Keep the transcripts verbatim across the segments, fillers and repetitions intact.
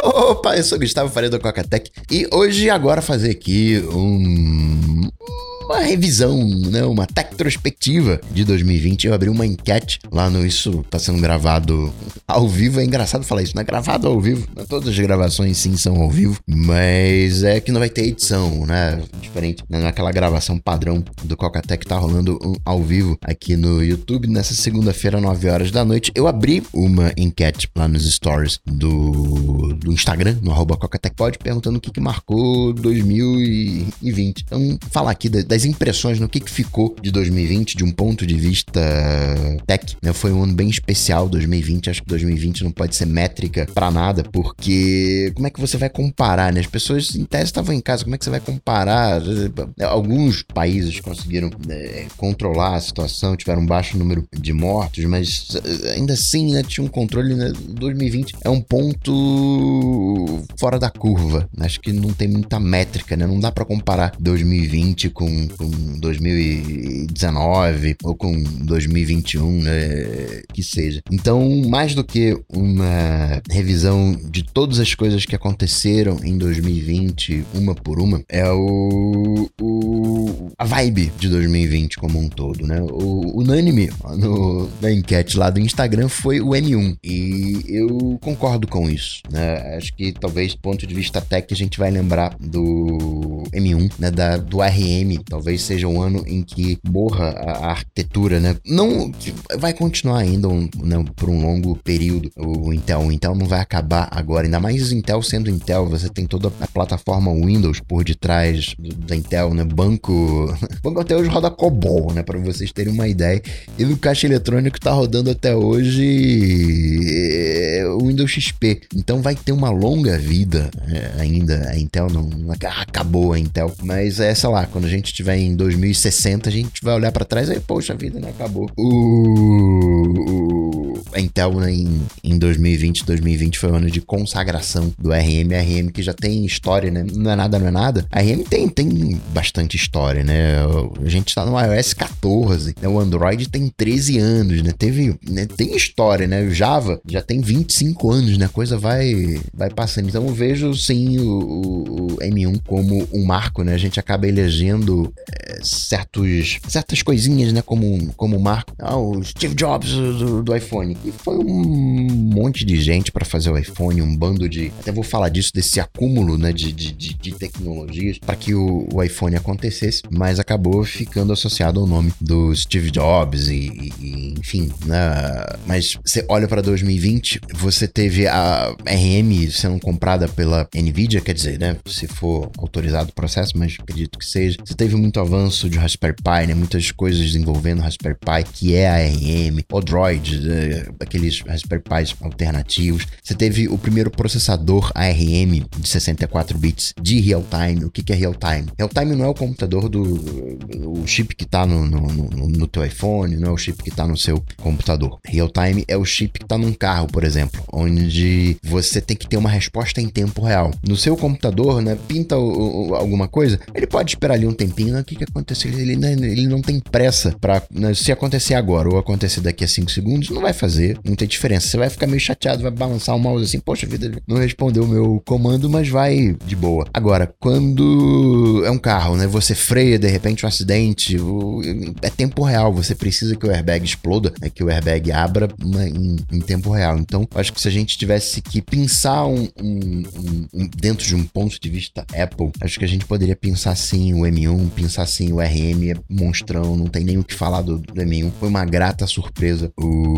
Opa, eu sou o Gustavo Faria do Cocatec e hoje agora fazer aqui um... uma revisão, né, uma retrospectiva de dois mil e vinte. Eu abri uma enquete lá no... Isso tá sendo gravado ao vivo. É engraçado falar isso, não é gravado ao vivo. Todas as gravações sim são ao vivo, mas é que não vai ter edição, né? Diferente, né? Naquela gravação padrão do Cocatec tá rolando um ao vivo aqui no YouTube. Nessa segunda-feira, nove horas da noite, eu abri uma enquete lá nos stories do, do Instagram, no arroba CocatecPod, perguntando o que que marcou dois mil e vinte. Então, falar aqui das impressões no que que ficou de dois mil e vinte, de um ponto de vista tech, né? Foi um ano bem especial, dois mil e vinte. Acho que dois mil e vinte não pode ser métrica pra nada, porque como é que você vai comparar, né? As pessoas em tese estavam em casa, como é que você vai comparar? Alguns países conseguiram né, controlar a situação, tiveram um baixo número de mortos, mas ainda assim, né, tinha um controle, né? dois mil e vinte é um ponto fora da curva, acho que não tem muita métrica, né? Não dá pra comparar dois mil e vinte com, com dois mil e dezenove ou com dois mil e vinte e um, né? Que seja. Então, mais do que uma revisão de todas as coisas que aconteceram em dois mil e vinte, uma por uma, é o, o a vibe de dois mil e vinte como um todo, né? O unânime no, na enquete lá do Instagram foi o M um, e eu concordo com isso, né? Acho que talvez do ponto de vista tech a gente vai lembrar do M um, né? Da, do R M, talvez seja um ano em que morra a, a arquitetura, né? Não, vai continuar ainda um, né, por um longo período o Intel. O Intel não vai acabar agora, ainda mais o Intel sendo Intel, você tem toda a plataforma Windows por detrás do, da Intel, né? Banco... Banco até hoje roda COBOL, né? Para vocês terem uma ideia. E no caixa eletrônico tá rodando até hoje o Windows X P. Então vai ter uma longa vida é, ainda. A Intel não, não acabou a Intel, mas é, sei lá, quando a gente estiver em dois mil e sessenta, a gente vai olhar pra trás e, poxa, a vida, né? Acabou. O... A Intel, né, em, em dois mil e vinte, dois mil e vinte foi o ano de consagração do R M. R M que já tem história, né? Não é nada, não é nada. A R M tem, tem bastante história, né? A gente tá no iOS catorze, né? O Android tem treze anos, né? Teve, né? Tem história, né? O Java já tem vinte e cinco anos, né? A coisa vai, vai passando. Então eu vejo, sim, o, o M um como um marco, né? A gente acaba elegendo é, certos, certas coisinhas, né? Como, como marco. Ah, o Steve Jobs do, do iPhone. E foi um monte de gente para fazer o iPhone, um bando de... Até vou falar disso, desse acúmulo, né? De, de, de, de tecnologias para que o, o iPhone acontecesse, mas acabou ficando associado ao nome do Steve Jobs e, e enfim, né? Mas você olha para dois mil e vinte, você teve a R M sendo comprada pela Nvidia, quer dizer, né? Se for autorizado o processo, mas acredito que seja. Você teve muito avanço de Raspberry Pi, né? Muitas coisas envolvendo Raspberry Pi, que é a R M, Odroid, né? Aqueles Raspberry Pis alternativos. Você teve o primeiro processador A R M de sessenta e quatro bits de real-time. O que que é real-time? Real-time não é o computador do... o chip que tá no, no, no, no teu iPhone, não é o chip que tá no seu computador. Real-time é o chip que tá num carro, por exemplo, onde você tem que ter uma resposta em tempo real. No seu computador, né, pinta o, o, alguma coisa, ele pode esperar ali um tempinho, né, o que que aconteceu? Ele, né, ele não tem pressa pra, né, se acontecer agora ou acontecer daqui a cinco segundos, não vai fazer muita diferença. Você vai ficar meio chateado, vai balançar o mouse assim, poxa vida, ele não respondeu o meu comando, mas vai de boa. Agora, quando é um carro, né, você freia, de repente um acidente, o, é tempo real, você precisa que o airbag exploda, né, que o airbag abra né, em, em tempo real. Então, eu acho que se a gente tivesse que pensar um, um, um, um, dentro de um ponto de vista Apple, acho que a gente poderia pensar sim o M um, pensar sim o R M, é monstrão, não tem nem o que falar do, do M um. Foi uma grata surpresa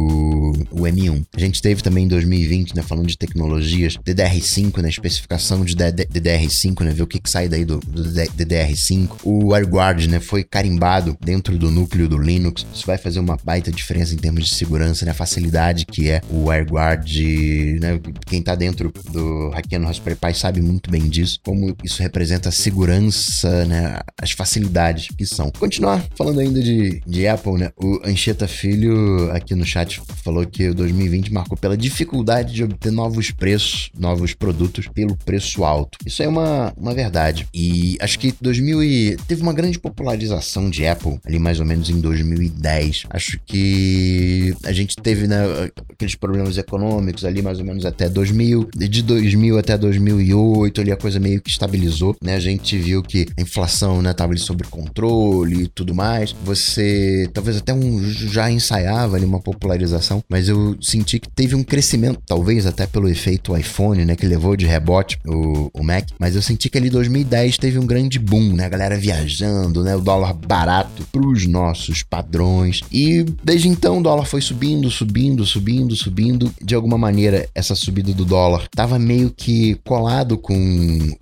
o, o M um. A gente teve também em dois mil e vinte, né, falando de tecnologias, D D R cinco, né, especificação de D D R cinco, né, ver o que que sai daí do, do D D R cinco. O WireGuard, né, foi carimbado dentro do núcleo do Linux. Isso vai fazer uma baita diferença em termos de segurança, né, a facilidade que é o WireGuard, né, quem tá dentro do hackeando Raspberry Pi sabe muito bem disso, como isso representa a segurança, né, as facilidades que são. Continuar falando ainda de, de Apple, né, o Anchieta Filho aqui no chat falou que o dois mil e vinte marcou pela dificuldade de obter novos preços, novos produtos pelo preço alto. Isso é uma, uma verdade. E acho que dois mil e... teve uma grande popularização de Apple ali mais ou menos em dois mil e dez. Acho que a gente teve, né, aqueles problemas econômicos ali mais ou menos até dois mil. De dois mil até dois mil e oito ali a coisa meio que estabilizou, né? A gente viu que a inflação, né, tava ali sob controle e tudo mais. Você talvez até um, já ensaiava ali uma popularização, mas eu senti que teve um crescimento, talvez até pelo efeito iPhone, né, que levou de rebote o, o Mac, mas eu senti que ali em dois mil e dez teve um grande boom, né? A galera viajando, né? O dólar barato pros nossos padrões. E desde então o dólar foi subindo, subindo, subindo, subindo. De alguma maneira, essa subida do dólar tava meio que colado com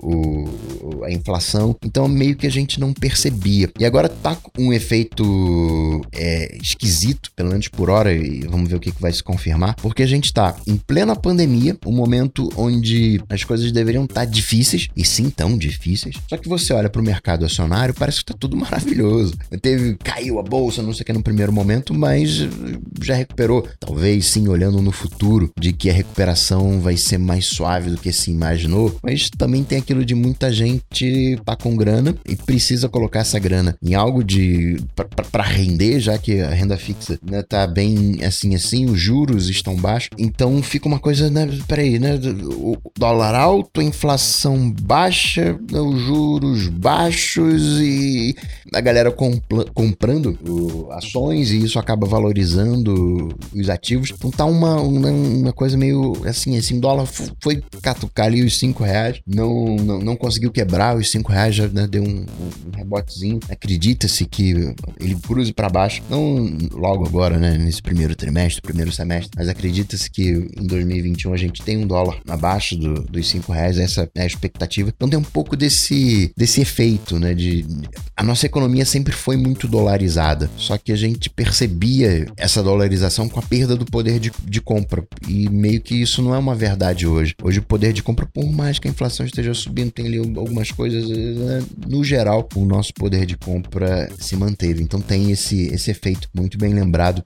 o, a inflação, então meio que a gente não percebia. E agora tá com um efeito é, esquisito, pelo menos por hora, e vamos ver o que, que vai se confirmar, porque a gente tá em plena pandemia, um momento onde as coisas deveriam estar difíceis, e sim tão difíceis, só que você olha pro mercado acionário, parece que tá tudo maravilhoso. Teve, caiu a bolsa, não sei o que no primeiro momento, mas já recuperou. Talvez sim, olhando no futuro, de que a recuperação vai ser mais suave do que se imaginou, mas também tem aquilo de muita gente tá com grana e precisa colocar essa grana em algo de para render, já que a renda fixa, né, tá bem assim assim, os juros estão baixos, então fica uma coisa, né, peraí, né, o dólar alto, a inflação baixa, os juros baixos e a galera compl- comprando o, ações e isso acaba valorizando os ativos, então tá uma, uma, uma coisa meio assim, assim, o dólar foi catucar ali os cinco reais, não, não, não conseguiu quebrar os cinco reais, já, né, deu um, um rebotezinho, acredita-se que ele cruze para baixo, não logo agora, né, nesse primeiro trimestre, primeiro semestre, mas acredita-se que em dois mil e vinte e um a gente tem um dólar abaixo do, dos cinco reais, essa é a expectativa, então tem um pouco desse, desse efeito, né, de a nossa economia sempre foi muito dolarizada, só que a gente percebia essa dolarização com a perda do poder de, de compra, e meio que isso não é uma verdade hoje. Hoje o poder de compra, por mais que a inflação esteja subindo, tem ali algumas coisas, né? No geral, o nosso poder de compra se manteve. Então tem esse, esse efeito muito bem lembrado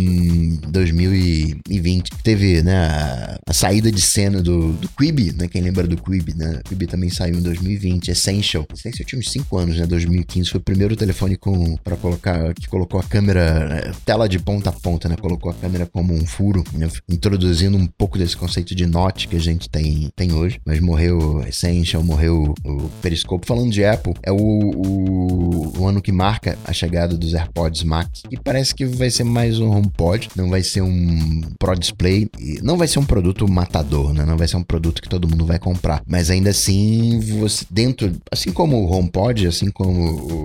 em dois mil e vinte. Teve, né, a, a saída de cena do, do Quibi, né? Quem lembra do Quibi, né? O Quibi também saiu em dois mil e vinte. Essential. Essential tinha uns cinco anos, né? dois mil e quinze foi o primeiro telefone com, pra colocar, que colocou a câmera, né, tela de ponta a ponta, né? Colocou a câmera como um furo, né, introduzindo um pouco desse conceito de note que a gente tem, tem hoje. Mas morreu o Essential, morreu o Periscope. Falando de Apple, é o, o, o ano que marca a chegada dos AirPods Max, que parece que vai ser mais um HomePod, não vai ser um Pro Display, não vai ser um produto matador, né? Não vai ser um produto que todo mundo vai comprar, mas ainda assim, você dentro, assim como o HomePod, assim como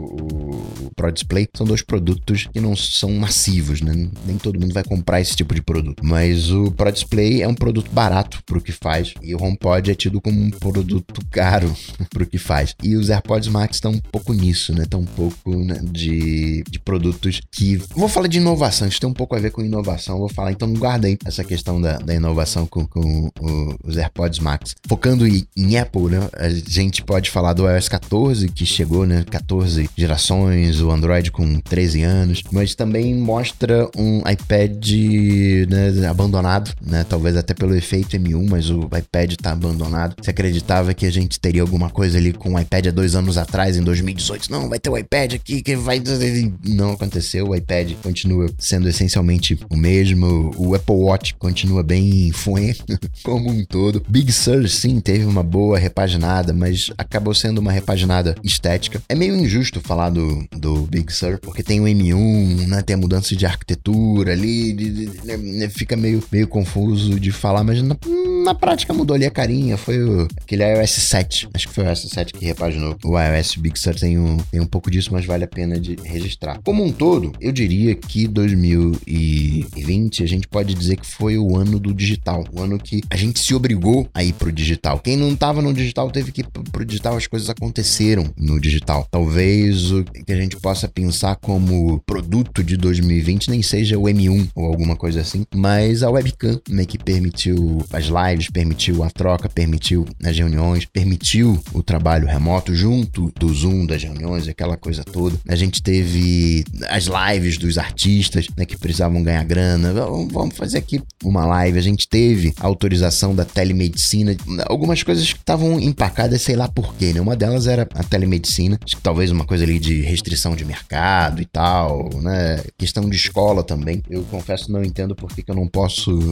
o, o Pro Display, são dois produtos que não são massivos, né? Nem todo mundo vai comprar esse tipo de produto, mas o Pro Display é um produto barato pro que faz, e o HomePod é tido como um produto caro pro que faz, e os AirPods Max estão um pouco nisso, né? Estão um pouco, né, de, de produtos que... Vou falar de inovação, isso tem um pouco a ver com inovação, vou falar, então guardem essa questão da, da inovação com, com o, os AirPods Max. Focando em, em Apple, né? A gente pode falar do iOS catorze, que chegou, né? catorze gerações, o Android com treze anos, mas também mostra um iPad, né, abandonado, né? Talvez até pelo efeito M um, mas o iPad tá abandonado. Se acreditava que a gente teria alguma coisa ali com o iPad há dois anos atrás, em dois mil e dezoito, não, vai ter o iPad aqui que vai... Não aconteceu, o iPad continua sendo essencialmente o mesmo, o Apple Watch continua bem fuê como um todo. Big Sur, sim, teve uma boa repaginada, mas acabou sendo uma repaginada estética. É meio injusto falar do, do Big Sur, porque tem o M um, né, tem a mudança de arquitetura ali, de, de, de, fica meio, meio confuso de falar, mas na, na prática mudou ali a carinha, foi o, aquele iOS sete, acho que foi o iOS sete que repaginou o iOS. Big Sur tem um, tem um pouco disso, mas vale a pena de registrar. Como um todo, eu diria que dois mil e vinte a gente pode dizer que foi o ano do digital, o ano que a gente se obrigou a ir pro digital. Quem não tava no digital teve que ir pro digital, as coisas aconteceram no digital. Talvez o que a gente possa pensar como produto de dois mil e vinte nem seja o M um ou alguma coisa assim, mas a webcam, né, que permitiu as lives, permitiu a troca, permitiu as reuniões, permitiu o trabalho remoto junto do Zoom das reuniões, aquela coisa toda. A gente teve as lives dos artistas, né, que precisavam ganhar grana. Vamos fazer aqui uma live. A gente teve a autorização da telemedicina. Algumas coisas que estavam empacadas, sei lá por quê, né? Uma delas era a telemedicina. Acho que talvez uma coisa ali de restrição de mercado e tal, né? Questão de escola também. Eu confesso não entendo por que que eu não posso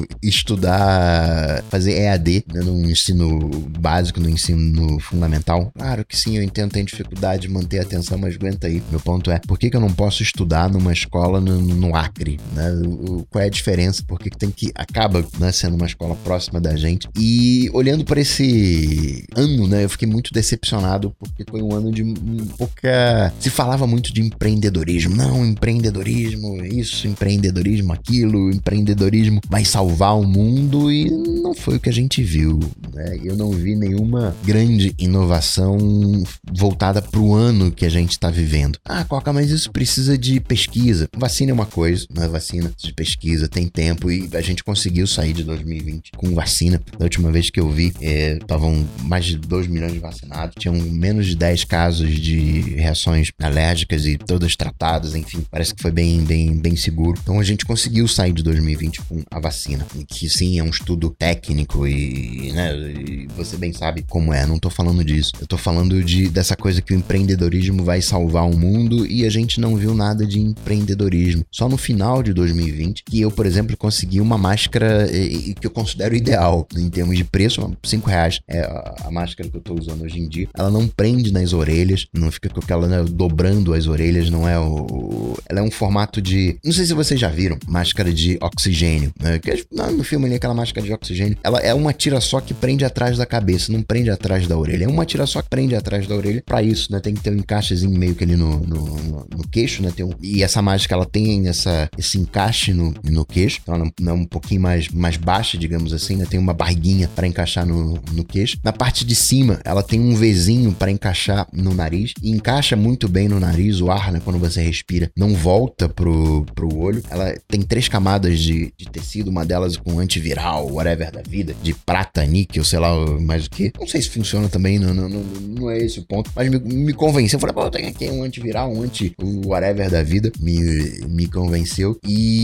estudar, fazer E A D, né, no ensino básico, no ensino fundamental. Claro que sim, eu entendo, tem dificuldade de manter a atenção, mas aguenta aí. Meu ponto é, por que que eu não posso estudar numa escola no, no Acre, né? O, qual é a diferença? Por que que tem que... acaba, né, sendo uma escola próxima da gente? E olhando para esse ano, né, eu fiquei muito decepcionado porque foi um ano de um pouca... se falava muito de empreendedorismo. Não, empreendedorismo, isso, empreendedorismo, aquilo, empreendedorismo vai salvar o mundo, e não foi o que a gente viu, né? Eu não vi nenhuma grande inovação voltada para o ano que a gente está vivendo. Ah, Coca, mas isso precisa de pesquisa. Vacina é uma coisa, não é vacina de pesquisa, tem tempo, e a gente conseguiu sair de dois mil e vinte com vacina. Da última vez que eu vi, estavam é, mais de dois milhões de vacinados, tinham menos de dez casos de reações alérgicas e todas tratadas, enfim, parece que foi bem, bem, bem seguro. Então a gente conseguiu sair de dois mil e vinte com a vacina, e que sim, é um estudo técnico e, né, e você bem sabe como é, não tô falando disso. Eu tô falando de, dessa coisa que o empreendedorismo vai salvar o mundo, e a gente não viu nada de empreendedorismo. Só no final de dois mil e vinte que eu, por exemplo, consegui uma máscara e, e que eu considero ideal em termos de preço, cinco reais é a, a máscara que eu tô usando hoje em dia. Ela não prende nas orelhas, não fica com aquela, né, dobrando as orelhas, não é o... ela é um formato de... não sei se vocês já viram, máscara de oxigênio, né? Que, no filme ali, aquela máscara de oxigênio, ela é uma tira só que prende atrás da cabeça, não prende atrás da orelha. É uma tira só que prende atrás da orelha. Pra isso, né, tem que ter um encaixezinho meio que ali no, no, no, no queixo, né? Tem um, e essa máscara, ela tem essa, esse encaixe no, no queixo, então ela não é um pouquinho mais, mais baixa, digamos assim, né? Tem uma barriguinha pra encaixar no, no queixo. Na parte de cima, ela tem um Vzinho pra encaixar no nariz, e encaixa muito bem no nariz. O ar, né, quando você respira, não volta pro, pro olho. Ela tem três camadas de, de tecido, uma delas com antiviral, whatever da vida, de prata, níquel, sei lá mais o que. Não sei se funciona também, não, não, não, não é esse o ponto, mas me, me convenceu. Eu falei, pô, tem aqui um antiviral, um anti whatever da vida, me, me convenceu,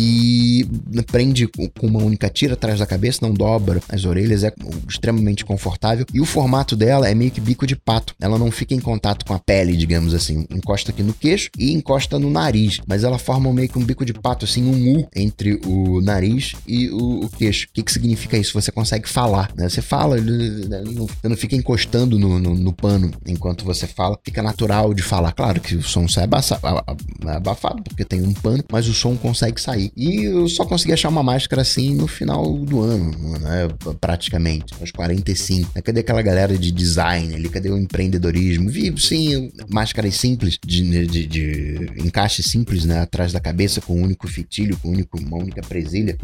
e prende com uma única tira atrás da cabeça, não dobra as orelhas, é extremamente confortável, e o formato dela é meio que bico de pato. Ela não fica em contato com a pele, digamos assim, encosta aqui no queixo e encosta no nariz, mas ela forma meio que um bico de pato, assim, um U entre o nariz e o, o queixo. O que que significa isso? Você consegue falar, né? Você fala, não, não fica encostando no, no, no pano enquanto você fala, fica natural de falar. Claro que o som sai abafado, porque tem um pano, mas o som consegue sair. E eu só consegui achar uma máscara assim no final do ano, né? Praticamente, aos quarenta e cinco. Cadê aquela galera de design ali? Cadê o empreendedorismo? Vi, sim, máscaras simples, de, de, de encaixe simples, né? Atrás da cabeça, com um único fitilho, com um único, uma única presilha,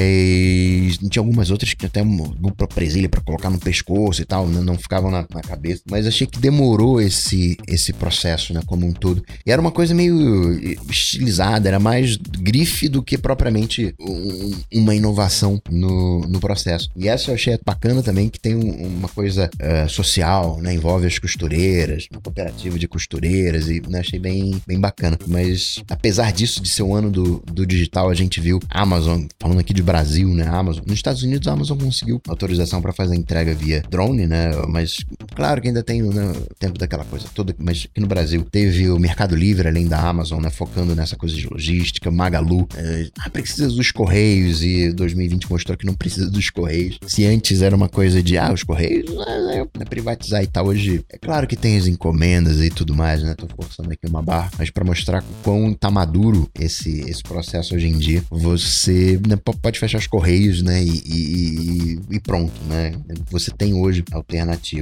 mas tinha algumas outras que até uma dupla presilha pra colocar no pescoço e tal, né? Não ficavam na, na cabeça, mas achei que demorou esse, esse processo, né? Como um todo. E era uma coisa meio estilizada, era mais grife do que propriamente um, uma inovação no, no processo. E essa eu achei bacana também, que tem um, uma coisa uh, social, né? Envolve as costureiras, uma cooperativa de costureiras, e né? Achei bem, bem bacana. Mas apesar disso, de ser o ano do, do digital, a gente viu a Amazon, falando aqui de Brasil, né? A Amazon, nos Estados Unidos a Amazon conseguiu autorização para fazer a entrega via drone, né? Mas claro que ainda tem, né, o tempo daquela coisa toda, mas aqui no Brasil teve o Mercado Livre, além da Amazon, né? Focando nessa coisa de logística, Magalu, é, ah, precisa dos Correios, e dois mil e vinte mostrou que não precisa dos Correios. Se antes era uma coisa de, ah, os Correios, é, é privatizar e tal, hoje é claro que tem as encomendas e tudo mais, né? Tô forçando aqui uma barra, mas para mostrar quão tá maduro esse, esse processo hoje em dia, você, né, pode fechar os Correios, né? E, e, e pronto, né? Você tem hoje alternativas. E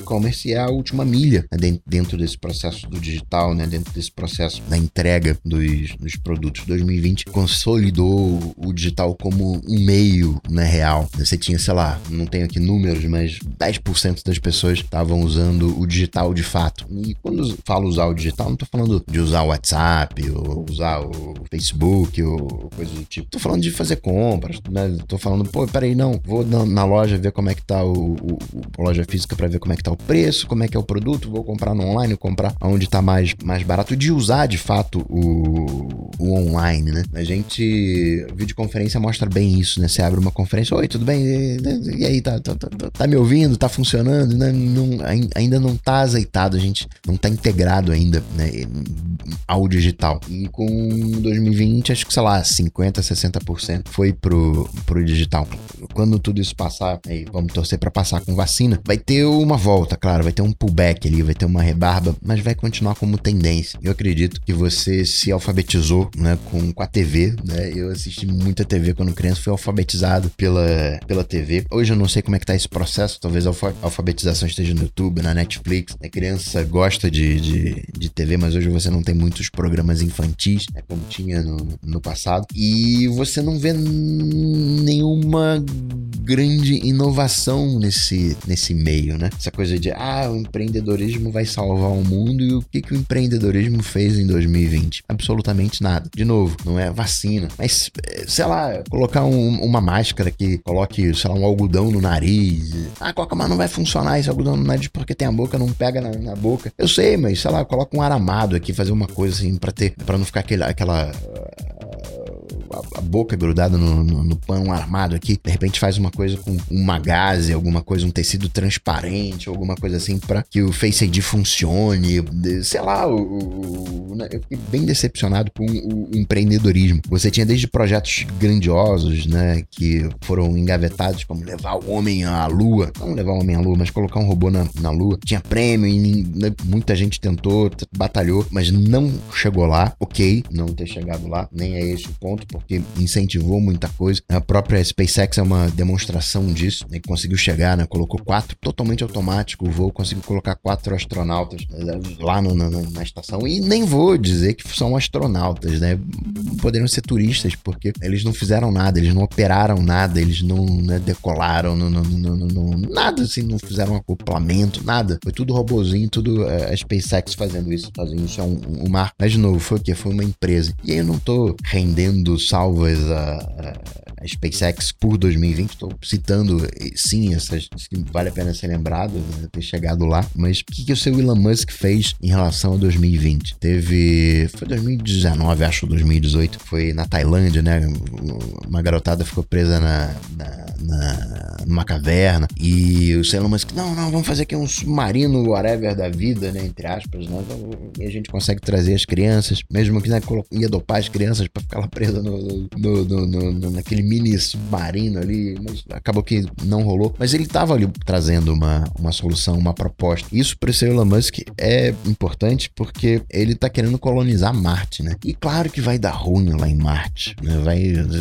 e-commerce é a última milha, né, dentro desse processo do digital, né, dentro desse processo da entrega dos, dos produtos. dois mil e vinte consolidou o digital como um meio, né, real. Você tinha, sei lá, não tenho aqui números, mas dez por cento das pessoas estavam usando o digital de fato. E quando falo usar o digital, não tô falando de usar o WhatsApp, ou usar o Facebook, ou coisa do tipo. Tô falando de fazer compras, né? Tô falando, pô, peraí, não, vou na, na loja ver como é que tá o, o, o loja física pra ver como é que tá o preço, como é que é o produto, vou comprar no online, comprar onde tá mais, mais barato, de usar de fato o, o online, né? A gente, videoconferência mostra bem isso, né? Você abre uma conferência, oi, tudo bem? E, e aí, tá, tá, tá, tá me ouvindo? Tá funcionando? Né? Não, ainda não tá azeitado, a gente não tá integrado ainda, né, ao digital. E com dois mil e vinte, acho que, sei lá, cinquenta, sessenta por cento foi pro, pro digital. Quando tudo isso passar, aí vamos torcer pra passar com vacina, vai ter uma volta, claro, vai ter um pullback ali, vai ter uma rebarba, mas vai continuar como tendência. Eu acredito que você se alfabetizou, né, com, com a T V, né? Eu assisti muita T V quando criança, fui alfabetizado pela, pela T V. Hoje eu não sei como é que tá esse processo, talvez a alfabetização esteja no YouTube, na Netflix. A criança gosta de, de, de T V, mas hoje você não tem muitos programas infantis, né, como tinha no, no passado. E você não vê nenhuma grande inovação nesse, nesse meio, né? Essa coisa de, ah, o empreendedorismo vai salvar o mundo, e o que, que o empreendedorismo fez em dois mil e vinte? Absolutamente nada. De novo, não é vacina, mas, sei lá, colocar um, uma máscara que coloque, sei lá, um algodão no nariz. Ah, coloca, mas não vai funcionar esse algodão no nariz porque tem a boca, não pega na, na boca. Eu sei, mas, sei lá, coloca um aramado aqui, fazer uma coisa assim, pra ter, pra não ficar aquele, aquela... a boca grudada no, no, no pano armado aqui, de repente faz uma coisa com uma gaze, alguma coisa, um tecido transparente, alguma coisa assim, pra que o Face I D funcione, sei lá, o, o, eu fiquei bem decepcionado com o empreendedorismo. Você tinha desde projetos grandiosos, né, que foram engavetados, como levar o homem à lua, não levar o homem à lua, mas colocar um robô na, na lua, tinha prêmio e né, muita gente tentou, batalhou, mas não chegou lá. Ok, não ter chegado lá, nem é esse o ponto, porque incentivou muita coisa. A própria SpaceX é uma demonstração disso, né, que conseguiu chegar, né, colocou quatro, totalmente automático o voo, conseguiu colocar quatro astronautas né, lá no, na, na estação, e nem vou dizer que são astronautas, né, poderiam ser turistas, porque eles não fizeram nada, eles não operaram nada, eles não né, decolaram, não, não, não, não, não, nada assim, não fizeram um acoplamento, nada, foi tudo robozinho, tudo a SpaceX fazendo isso, fazendo isso é um, um mar, mas de novo, foi o quê? Foi uma empresa, e aí eu não tô rendendo salvas a, a, a SpaceX por dois mil e vinte, tô citando sim, essas que vale a pena ser lembrado, né, ter chegado lá, mas o que, que o seu Elon Musk fez em relação a dois mil e vinte? Teve, foi dois mil e dezenove, acho, dois mil e dezoito, foi na Tailândia, né, uma garotada ficou presa na, na, na numa caverna, e o seu Elon Musk, não, não, vamos fazer aqui um submarino whatever da vida, né, entre aspas, né, e a gente consegue trazer as crianças, mesmo que né, ia dopar as crianças pra ficar lá presa no, no, no, no, no, naquele mini submarino ali, mas acabou que não rolou, mas ele tava ali trazendo uma, uma solução, uma proposta. Isso para o seu Elon Musk é importante porque ele tá querendo colonizar Marte, né? E claro que vai dar ruim lá em Marte, né? Vai,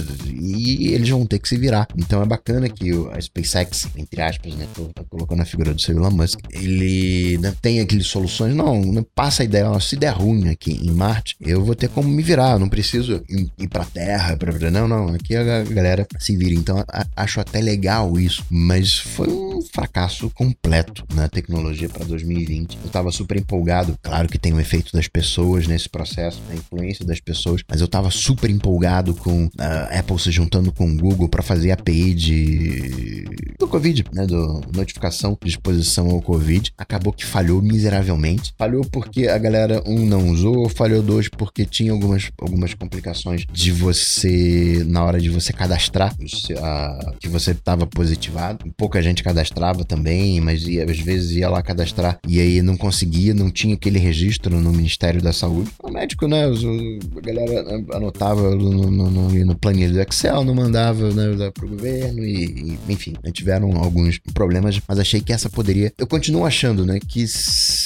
e eles vão ter que se virar. Então é bacana que a SpaceX, entre aspas, né? Tô, tô colocando a figura do seu Elon Musk, ele né, tem aquelas soluções, não, não passa a ideia, ó, se der ruim aqui em Marte, eu vou ter como me virar, não preciso ir, ir pra Terra, pra, não, não, aqui a galera se vira. Então a, acho até legal isso, mas foi um fracasso completo na tecnologia para dois mil e vinte. Eu tava super empolgado, claro que tem o efeito das pessoas nesse processo, a influência das pessoas, mas eu tava super empolgado com a Apple se juntando com o Google para fazer a A P I de do Covid, né, do notificação de exposição ao Covid. Acabou que falhou miseravelmente. Falhou porque a galera, um, não usou, falhou dois, porque tinha algumas, algumas complicações de você, na hora de você cadastrar, a, que você estava positivado. Pouca gente cadastrava também, mas ia, às vezes ia lá cadastrar e aí não conseguia, não tinha aquele registro no Ministério da Saúde. O médico, né, a galera anotava no, no, no, no planilha do Excel, não mandava né, pro governo e, e enfim, tiveram alguns problemas, mas achei que essa poderia... Eu continuo achando, né, que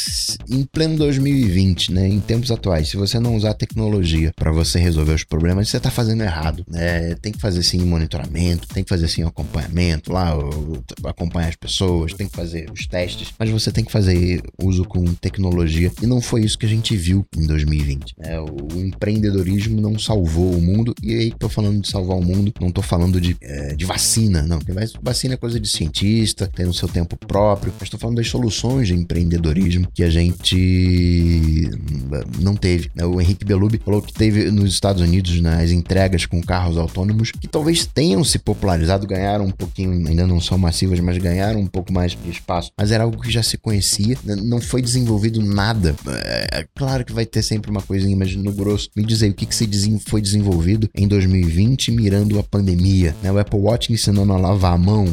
em pleno dois mil e vinte, né, em tempos atuais, se você não usar a tecnologia para você resolver os problemas, você tá fazendo errado, né? Tem que fazer sim monitoramento, tem que fazer sim acompanhamento lá, acompanhar as pessoas, tem que fazer os testes, mas você tem que fazer uso com tecnologia, e não foi isso que a gente viu em dois mil e vinte, né? O empreendedorismo não salvou o mundo, e aí tô falando de salvar o mundo, não tô falando de, é, de vacina, não, porque vacina é coisa de cientista, tem o seu tempo próprio, mas tô falando das soluções de empreendedorismo que a gente não teve, né? O Henrique Belubi falou que teve nos Estados Unidos, né, as entregas com carros autônomos, que talvez tenham se popularizado, ganharam um pouquinho, ainda não são massivas, mas ganharam um pouco mais de espaço, mas era algo que já se conhecia, não foi desenvolvido nada. É, claro que vai ter sempre uma coisinha, mas no grosso, me diz aí, o que, que se desen- foi desenvolvido em dois mil e vinte mirando a pandemia, né? O Apple Watch ensinando a lavar a mão,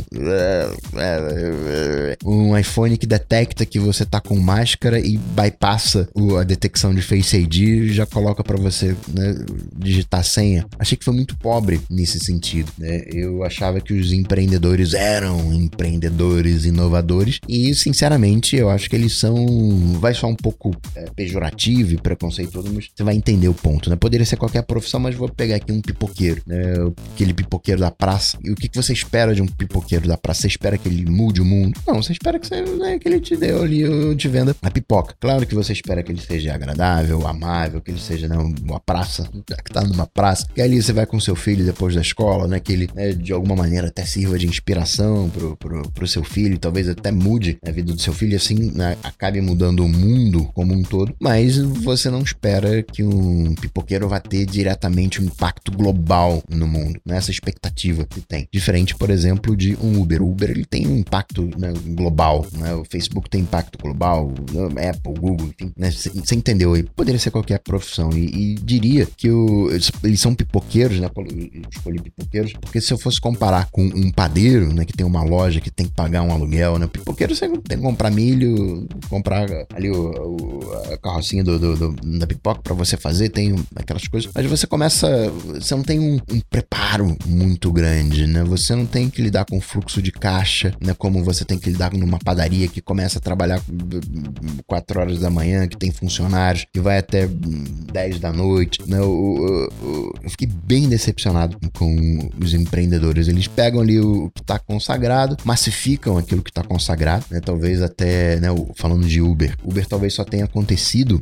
um iPhone que detecta que você tá com máscara e bypassa o, a detecção de Face I D e já coloca pra você, né, digitar senha. Achei que foi muito pobre nesse sentido, né? Eu achava que os empreendedores eram empreendedores inovadores e, sinceramente, eu acho que eles são... vai soar um pouco é, pejorativo e preconceituoso, mas você vai entender o ponto, né? Poderia ser qualquer profissão, mas vou pegar aqui um pipoqueiro, né? Aquele pipoqueiro da praça. E o que, que você espera de um pipoqueiro da praça? Você espera que ele mude o mundo? Não, você espera que, você, né, que ele te dê ali, te venda a pipoca. Claro que você espera que ele seja agradável, amável, que ele seja, né, uma praça, que tá numa praça, que ali você vai com seu filho depois da escola, né, que ele, né, de alguma maneira até sirva de inspiração pro, pro, pro seu filho, talvez até mude a vida do seu filho e assim, né, acabe mudando o mundo como um todo, mas você não espera que um pipoqueiro vá ter diretamente um impacto global no mundo, né, essa expectativa que tem. Diferente, por exemplo, de um Uber. O Uber, ele tem um impacto, né, global, né, o Facebook tem impacto global, Apple, Google, enfim, né, você entendeu aí? Poderia ser qualquer profissão e, e diria que o, eles são pipoqueiros, né, eu escolhi pipoqueiros, porque se eu fosse comparar com um padeiro, né, que tem uma loja que tem que pagar um aluguel, né, pipoqueiro você tem que comprar milho, comprar ali o, o, a carrocinha do, do, do, da pipoca pra você fazer, tem aquelas coisas, mas você começa, você não tem um, um preparo muito grande, né, você não tem que lidar com fluxo de caixa, né, como você tem que lidar numa padaria que começa a trabalhar quatro horas da manhã, que tem funcionários, que vai até dez da noite, né? Eu, eu, eu, eu fiquei bem decepcionado com os empreendedores. Eles pegam ali o que está consagrado, massificam aquilo que está consagrado, né? Talvez até, né, falando de Uber, Uber talvez só tenha acontecido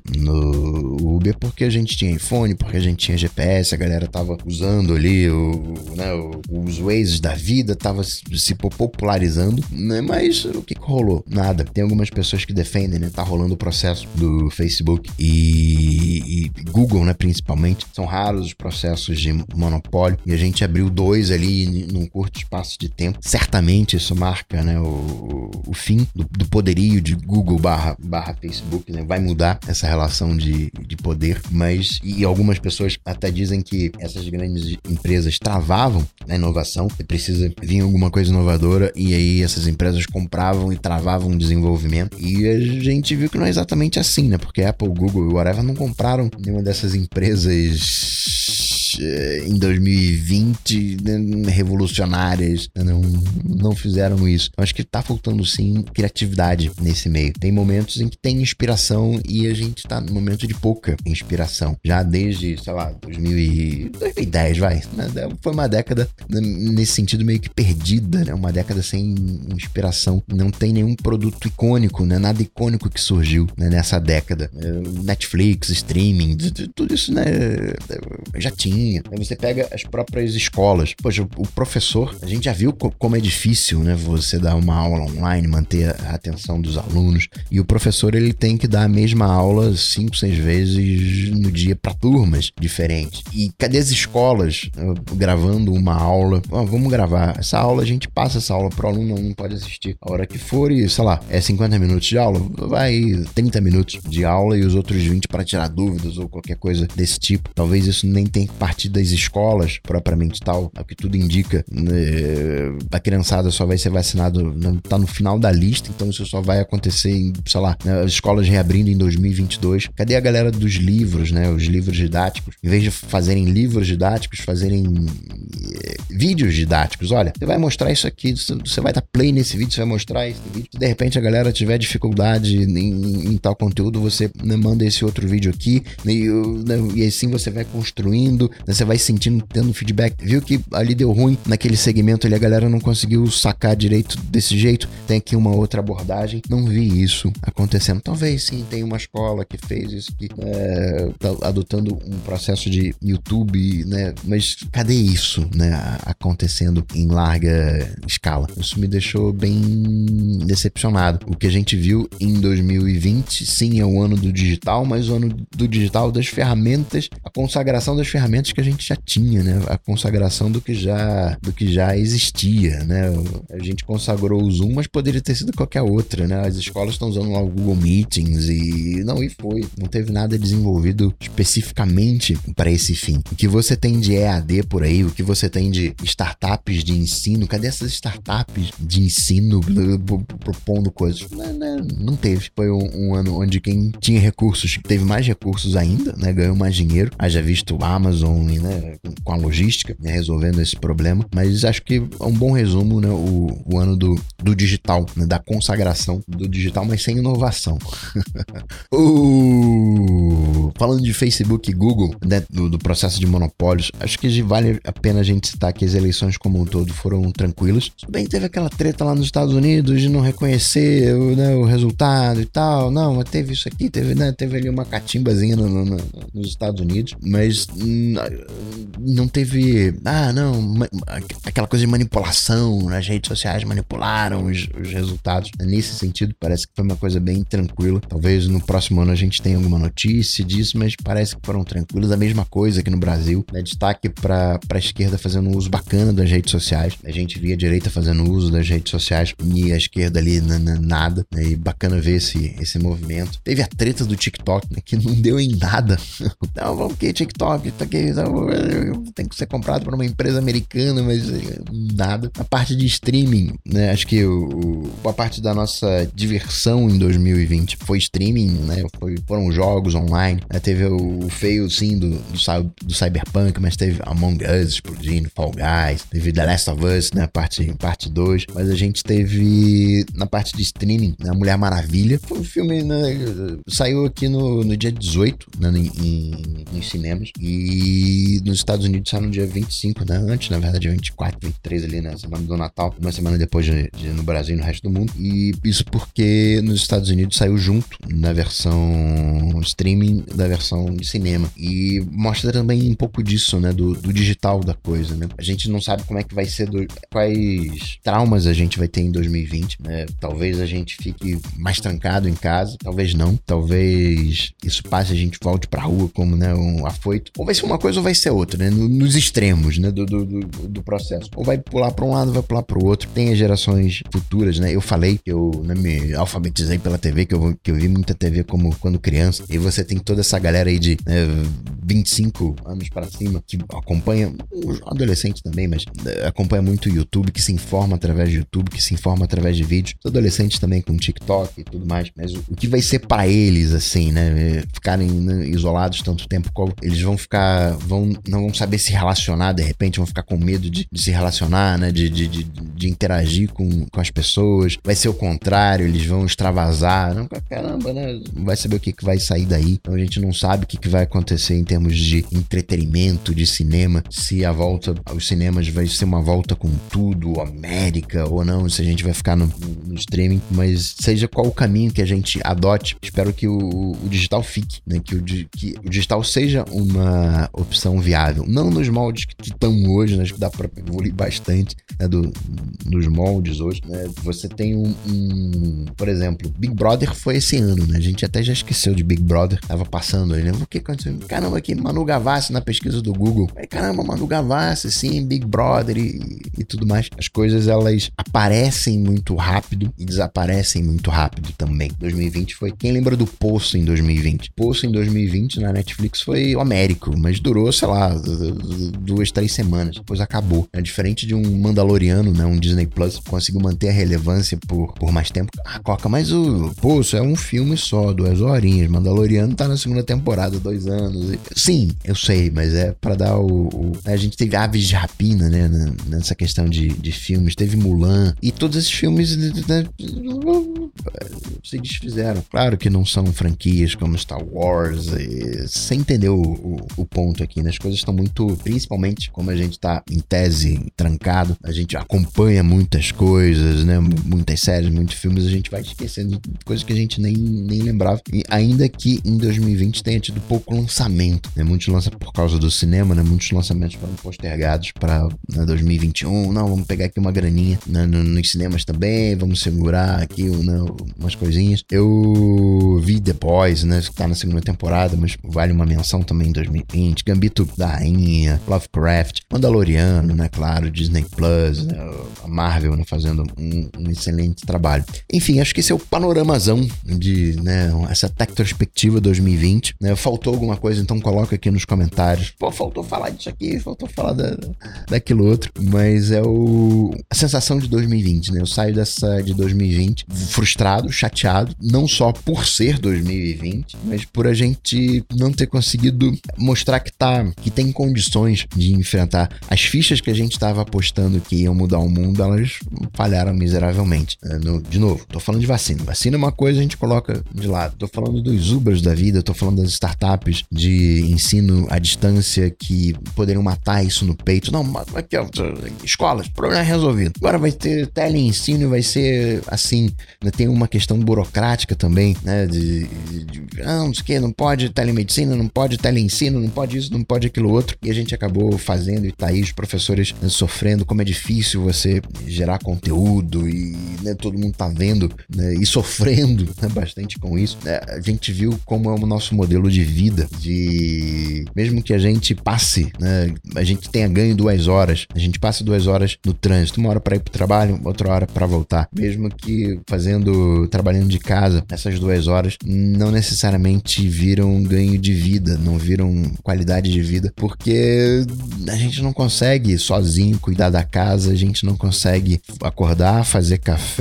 no Uber porque a gente tinha iPhone, porque a gente tinha G P S, a galera tava usando ali o, né, os Waze da vida, tava se popularizando, né? Mas o que, que rolou? Nada. Tem algumas pessoas que defendem, né? Tá rolando o processo do Facebook e, e Google, né, principalmente. São raros os processos de monopólio e a gente abriu dois ali num curto espaço de tempo. Certamente isso marca, né, o, o fim do, do poderio de Google barra, barra Facebook, né? Vai mudar essa relação de, de poder, mas e algumas pessoas até dizem que essas grandes empresas travavam a inovação e precisa vir alguma coisa inovadora e aí essas empresas compravam e travavam o desenvolvimento e a gente viu que não é exatamente assim, né? Porque Apple, Google e whatever não compraram nenhuma dessas empresas em dois mil e vinte, né, revolucionárias, não, não fizeram isso. Eu acho que tá faltando sim criatividade nesse meio. Tem momentos em que tem inspiração e a gente tá no momento de pouca inspiração. Já desde, sei lá, dois mil e dez, vai. Né? Foi uma década nesse sentido meio que perdida, né? Uma década sem inspiração. Não tem nenhum produto icônico, né? Nada icônico que surgiu, né, nessa década. Netflix, streaming, tudo isso, né, já tinha. Você pega as próprias escolas. Poxa, o professor, a gente já viu como é difícil, né, você dar uma aula online, manter a atenção dos alunos. E o professor, ele tem que dar a mesma aula cinco, seis vezes no dia para turmas diferentes. E cadê as escolas gravando uma aula? Oh, vamos gravar essa aula, a gente passa essa aula pro aluno, não pode assistir a hora que for e, sei lá, é cinquenta minutos de aula, vai trinta minutos de aula e os outros vinte para tirar dúvidas ou qualquer coisa desse tipo. Talvez isso nem tenha que partir das escolas propriamente tal, é o que tudo indica, né? A criançada só vai ser vacinado, tá no final da lista, então isso só vai acontecer em, sei lá, né, as escolas reabrindo em dois mil e vinte e dois. Cadê a galera dos livros, né, os livros didáticos? Em vez de fazerem livros didáticos, fazerem vídeos didáticos. Olha, você vai mostrar isso aqui, você vai dar play nesse vídeo, você vai mostrar esse vídeo. Se de repente a galera tiver dificuldade em, em tal conteúdo, você, né, manda esse outro vídeo aqui, e, né, e assim você vai construindo, né, você vai sentindo, tendo feedback. Viu que ali deu ruim naquele segmento ali, a galera não conseguiu sacar direito desse jeito, tem aqui uma outra abordagem. Não vi isso acontecendo. Talvez sim, tem uma escola que fez isso, que é, tá adotando um processo de YouTube, né? Mas cadê isso, né, acontecendo em larga escala? Isso me deixou bem decepcionado. O que a gente viu em dois mil e vinte, sim, é o ano do digital, mas o ano do digital das ferramentas, a consagração das ferramentas que a gente já tinha, né? A consagração do que já, do que já existia, né? A gente consagrou o Zoom, mas poderia ter sido qualquer outra, né? As escolas estão usando lá o Google Meetings e não, e foi. Não teve nada desenvolvido especificamente para esse fim. O que você tem de E A D por aí, o que você tem de startups de ensino, cadê essas startups de ensino propondo coisas? Não, não, não teve. Foi um, um ano onde quem tinha recursos teve mais recursos ainda, né? Ganhou mais dinheiro. Haja visto a Amazon, né? Com a logística, né? Resolvendo esse problema. Mas acho que é um bom resumo, né? O, o ano do, do digital, né? Da consagração do digital, mas sem inovação. uh, falando de Facebook e Google, né? do, do processo de monopólios, acho que vale a pena a gente citar que as eleições como um todo foram tranquilas. Tudo bem, teve aquela treta lá nos Estados Unidos de não reconhecer, né, o resultado e tal. Não, mas teve isso aqui, teve, né, teve ali uma catimbazinha no, no, no, nos Estados Unidos, mas hum, não teve, ah, não, ma, aquela coisa de manipulação nas redes sociais, manipularam os, os resultados. Nesse sentido, parece que foi uma coisa bem tranquila. Talvez no próximo ano a gente tenha alguma notícia disso, mas parece que foram tranquilos. A mesma coisa aqui no Brasil, né? Destaque para a esquerda fazendo um uso bacana das redes sociais. A gente via a direita fazendo uso das redes sociais e a esquerda ali nada, né? E bacana ver esse, esse movimento. Teve a treta do TikTok, né? Que não deu em nada. Não, vamos que TikTok, tá aqui, tem que ser comprado por uma empresa americana, mas nada. A parte de streaming, né? Acho que o, o, a parte da nossa diversão em dois mil e vinte foi streaming, né? Foi, foram jogos online. Né? Teve o, o feio, sim, do, do, do Cyberpunk, mas teve Among Us explodindo, Fall Guys, teve The Last of Us, né? Parte, parte dois. Mas a gente teve, na parte de streaming, né? A Mulher Maravilha. Foi um filme, né? Saiu aqui no, no dia dezoito, né? Em, em, nos cinemas. E nos Estados Unidos saiu no dia vinte e cinco, né? Antes, na verdade, vinte e quatro, vinte e três ali, né? Semana do Natal. Uma semana depois de, de, no Brasil e no resto do mundo. E isso porque nos Estados Unidos saiu junto na versão streaming da versão de cinema. E mostra também um pouco disso, né? Do, do digital da coisa, né? A gente não sabe como é que vai ser, do, quais traumas a gente vai ter em dois mil e vinte, né? Talvez a gente fique mais trancado em casa, talvez não. Talvez isso passe, a gente volte pra rua como, né? Um afoito. Ou vai ser uma coisa ou vai ser outra, né? Nos extremos, né? Do, do, do, do processo. Ou vai pular pra um lado, vai pular pro outro. Tem as gerações futuras, né? Eu falei que eu, né, me alfabetizei pela T V, que eu, que eu vi muita T V como quando criança. E você tem toda essa galera aí de, né, vinte e cinco anos pra cima que acompanha, os adolescentes também, mas acompanha muito o YouTube, que se informa através do YouTube, que se informa através de vídeos. Os adolescentes também com TikTok e tudo mais. Mas o, o que vai ser pra eles, assim, né? Ficarem, né, isolados tanto tempo, como eles vão ficar, vão, não vão saber se relacionar, de repente vão ficar com medo de, de se relacionar, né? De, de, de, de interagir com, com as pessoas. Vai ser o contrário, eles vão extravasar. Não, caramba, né? Vai saber o que, que vai sair daí. Então a gente não sabe o que, que vai acontecer em termos de entretenimento, de cinema, se a volta aos cinemas vai ser uma volta com tudo, América ou não, se a gente vai ficar no, no streaming, mas seja qual o caminho que a gente adote, espero que o, o digital fique, né? Que o, que o digital seja uma opção viável, não nos moldes que estão hoje, né? Acho que dá para evoluir bastante, né? Do, dos moldes hoje, né? Você tem um, um, por exemplo, Big Brother foi esse ano, né? A gente até já esqueceu de Big Brother, tava passando aí, né? O que aconteceu? Caramba, aqui Manu Gavassi na pesquisa do Google, aí, caramba, Manu Gavassi, sim, Big Brother e, e tudo mais. As coisas, elas aparecem muito rápido e desaparecem muito rápido também. dois mil e vinte foi, quem lembra do Poço em dois mil e vinte? Poço em dois mil e vinte na Netflix foi homérico, mas durou, sei lá, duas, três semanas, depois acabou. É diferente de um Mandaloriano, né, um Disney Plus, conseguiu manter a relevância por, por mais tempo. Ah, Coca, mas o Poço é um filme só, duas horinhas. Mandaloriano tá na segunda segunda temporada, dois anos. Sim, eu sei, mas é pra dar o... o... A gente teve Aves de Rapina, né, nessa questão de, de filmes. Teve Mulan. E todos esses filmes, né, se desfizeram. Claro que não são franquias como Star Wars. E... Você entendeu o, o, o ponto aqui, né? As coisas estão muito... Principalmente como a gente tá em tese trancado, a gente acompanha muitas coisas, né? Muitas séries, muitos filmes, a gente vai esquecendo de coisas que a gente nem, nem lembrava. E ainda que em dois mil e vinte tenha tido pouco lançamento, né? Muitos lançamentos por causa do cinema, né? Muitos lançamentos foram postergados para né, dois mil e vinte e um. Não, vamos pegar aqui uma graninha né, no, nos cinemas também, vamos segurar aqui né, umas coisinhas. Eu vi The Boys, né? Que tá na segunda temporada, mas vale uma menção também em dois mil e vinte. Gambito da Rainha, Lovecraft, Mandaloriano, né? Claro, Disney Plus, né, a Marvel né, fazendo um, um excelente trabalho. Enfim, acho que esse é o panoramazão de né, essa retrospectiva dois mil e vinte. Né? Faltou alguma coisa, então coloca aqui nos comentários. Pô, faltou falar disso aqui, faltou falar da, daquilo outro. Mas é o, a sensação de dois mil e vinte, né? Eu saio dessa de dois mil e vinte frustrado, chateado, não só por ser dois mil e vinte, mas por a gente não ter conseguido mostrar que, tá, que tem condições de enfrentar as fichas que a gente estava apostando que iam mudar o mundo, elas falharam miseravelmente. No, de novo, tô falando de vacina. Vacina é uma coisa, a gente coloca de lado. Tô falando dos Ubers da vida, tô falando das startups de ensino à distância que poderiam matar isso no peito. Não, aqui, ó, escolas, problema resolvido. Agora vai ter teleensino e vai ser assim. Tem uma questão burocrática também, né? De, de, de ah, não sei o que, não pode telemedicina, não pode teleensino, não pode isso, não pode aquilo outro. E a gente acabou fazendo, e tá aí os professores né, sofrendo, como é difícil você gerar conteúdo e né, todo mundo tá vendo né, e sofrendo né, bastante com isso. Né? A gente viu como é o nosso modelo de vida, de mesmo que a gente passe, né, a gente tenha ganho duas horas, a gente passa duas horas no trânsito, uma hora para ir pro trabalho, outra hora para voltar. Mesmo que fazendo, trabalhando de casa, essas duas horas não necessariamente viram ganho de vida, não viram qualidade de vida, porque a gente não consegue sozinho cuidar da casa, a gente não consegue acordar, fazer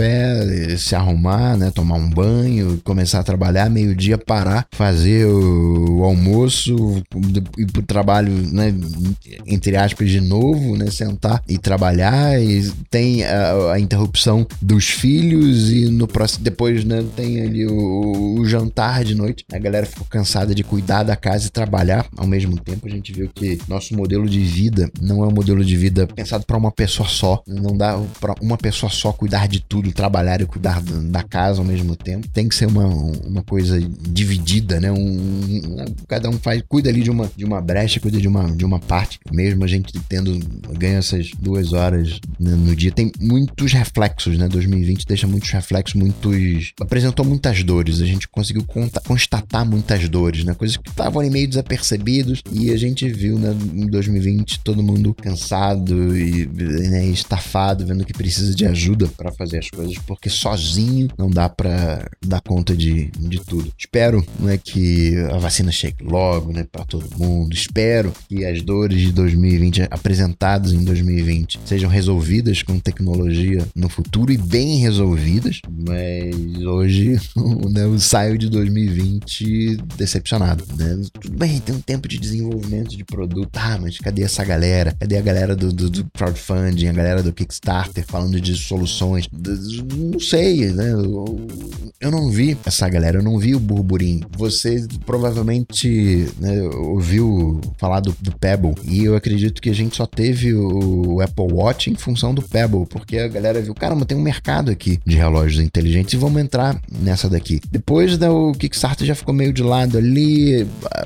café, se arrumar, né, tomar um banho, começar a trabalhar, meio-dia parar, fazer o, o almoço, ir pro trabalho, né, entre aspas, de novo, né, sentar e trabalhar, e tem a, a interrupção dos filhos e no próximo, depois, né, tem ali o, o jantar de noite, a galera ficou cansada de cuidar da casa e trabalhar ao mesmo tempo. A gente viu que nosso modelo de vida não é um modelo de vida pensado para uma pessoa só, não dá para uma pessoa só cuidar de tudo, trabalhar e cuidar da casa ao mesmo tempo. Tem que ser uma, uma coisa dividida, né? Um, um, cada um faz, cuida ali de uma, de uma brecha, cuida de uma, de uma parte. Mesmo a gente tendo ganho essas duas horas né, no dia, tem muitos reflexos, né? dois mil e vinte deixa muitos reflexos, muitos... apresentou muitas dores, a gente conseguiu conta, constatar muitas dores, né? Coisas que estavam ali meio desapercebidos e a gente viu, né? Em dois mil e vinte todo mundo cansado e né, estafado, vendo que precisa de ajuda para fazer as coisas, porque sozinho não dá para dar conta de, de tudo. Espero né, que a vacina chegue logo né, para todo mundo. Espero que as dores de dois mil e vinte apresentadas em dois mil e vinte sejam resolvidas com tecnologia no futuro e bem resolvidas, mas hoje né, eu saio de dois mil e vinte decepcionado. Né? Tudo bem, tem um tempo de desenvolvimento de produto, ah, mas cadê essa galera? Cadê a galera do, do, do crowdfunding, a galera do Kickstarter falando de soluções? Não sei, né? Eu, eu não vi essa galera, eu não vi o burburinho. Você provavelmente né, ouviu falar do, do Pebble e eu acredito que a gente só teve o, o Apple Watch em função do Pebble, porque a galera viu, caramba, tem um mercado aqui de relógios inteligentes e vamos entrar nessa daqui. Depois né, o Kickstarter já ficou meio de lado ali,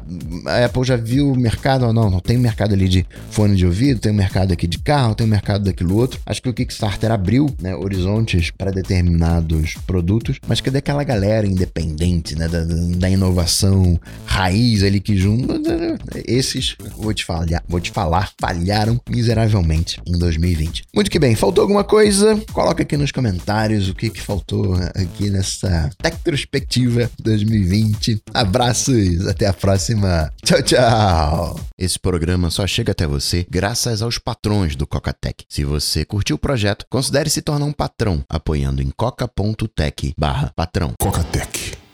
a Apple já viu o mercado, não, não tem mercado ali de fone de ouvido, tem um mercado aqui de carro, tem um mercado daquilo outro. Acho que o Kickstarter abriu né, horizontes para determinados produtos, mas cadê aquela galera independente, né, da, da inovação raiz ali que junto, esses, vou te falar, vou te falar, falharam miseravelmente em dois mil e vinte. Muito que bem, faltou alguma coisa? Coloca aqui nos comentários o que que faltou aqui nessa retrospectiva dois mil e vinte. Abraços, até a próxima. Tchau, tchau. Esse programa só chega até você graças aos patrões do Cocatec. Se você curtiu o projeto, considere se tornar um patrão apoiando em coca ponto tech barra patrão. Cocatec.